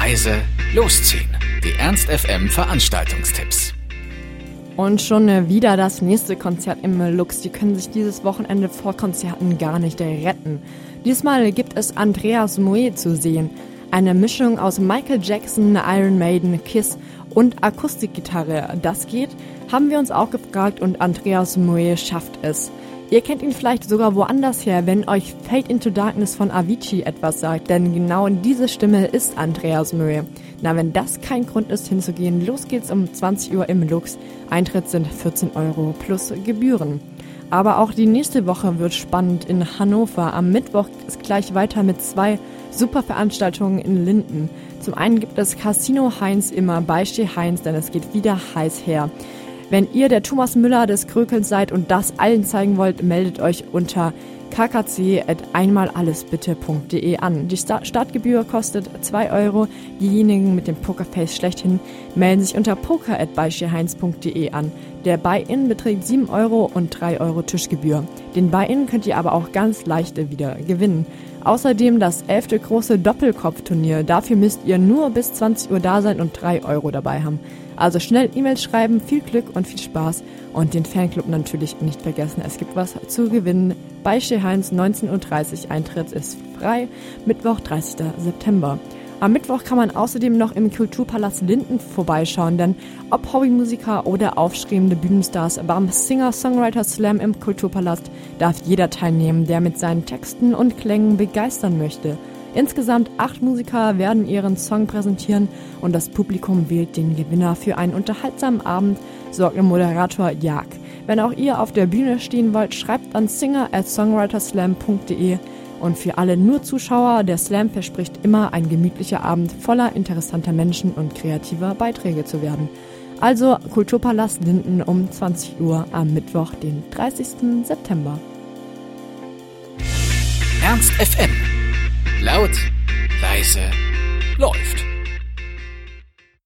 leise, losziehen. Die Ernst FM Veranstaltungstipps. Und schon wieder das nächste Konzert im Lux. Die können sich dieses Wochenende vor Konzerten gar nicht retten. Diesmal gibt es Andreas Moe zu sehen. Eine Mischung aus Michael Jackson, Iron Maiden, Kiss und Akustikgitarre. Das geht? Haben wir uns auch gefragt und Andreas Moe schafft es. Ihr kennt ihn vielleicht sogar woanders her, wenn euch Fade into Darkness von Avicii etwas sagt, denn genau diese Stimme ist Andreas Moe. Na, wenn das kein Grund ist hinzugehen, los geht's um 20 Uhr im Lux. Eintritt sind 14 € plus Gebühren. Aber auch die nächste Woche wird spannend in Hannover. Am Mittwoch ist gleich weiter mit 2 super Veranstaltungen in Linden. Zum einen gibt es Casino Heinz immer bei Steh Heinz, denn es geht wieder heiß her. Wenn ihr der Thomas Müller des Krökelns seid und das allen zeigen wollt, meldet euch unter kkc@einmalallesbitte.de an. Die Startgebühr kostet 2 €. Diejenigen mit dem Pokerface schlechthin melden sich unter poker@beischeheinz.de an. Der Buy-In beträgt 7 € und 3 € Tischgebühr. Den Buy-In könnt ihr aber auch ganz leicht wieder gewinnen. Außerdem das 11. große Doppelkopfturnier. Dafür müsst ihr nur bis 20 Uhr da sein und 3 € dabei haben. Also schnell E-Mails schreiben, viel Glück und viel Spaß. Und den Fanclub natürlich nicht vergessen. Es gibt was zu gewinnen. Bei Steh Heinz 19:30 Uhr. Eintritt ist frei. Mittwoch, 30. September. Am Mittwoch kann man außerdem noch im Kulturpalast Linden vorbeischauen, denn ob Hobbymusiker oder aufstrebende Bühnenstars beim Singer-Songwriter-Slam im Kulturpalast darf jeder teilnehmen, der mit seinen Texten und Klängen begeistern möchte. Insgesamt 8 Musiker werden ihren Song präsentieren und das Publikum wählt den Gewinner. Für einen unterhaltsamen Abend sorgt der Moderator Jag. Wenn auch ihr auf der Bühne stehen wollt, schreibt an singer@songwriterslam.de. Und für alle nur Zuschauer, der Slam verspricht immer ein gemütlicher Abend voller interessanter Menschen und kreativer Beiträge zu werden. Also Kulturpalast Linden um 20 Uhr am Mittwoch, den 30. September. Ernst FM. Laut, leise, läuft.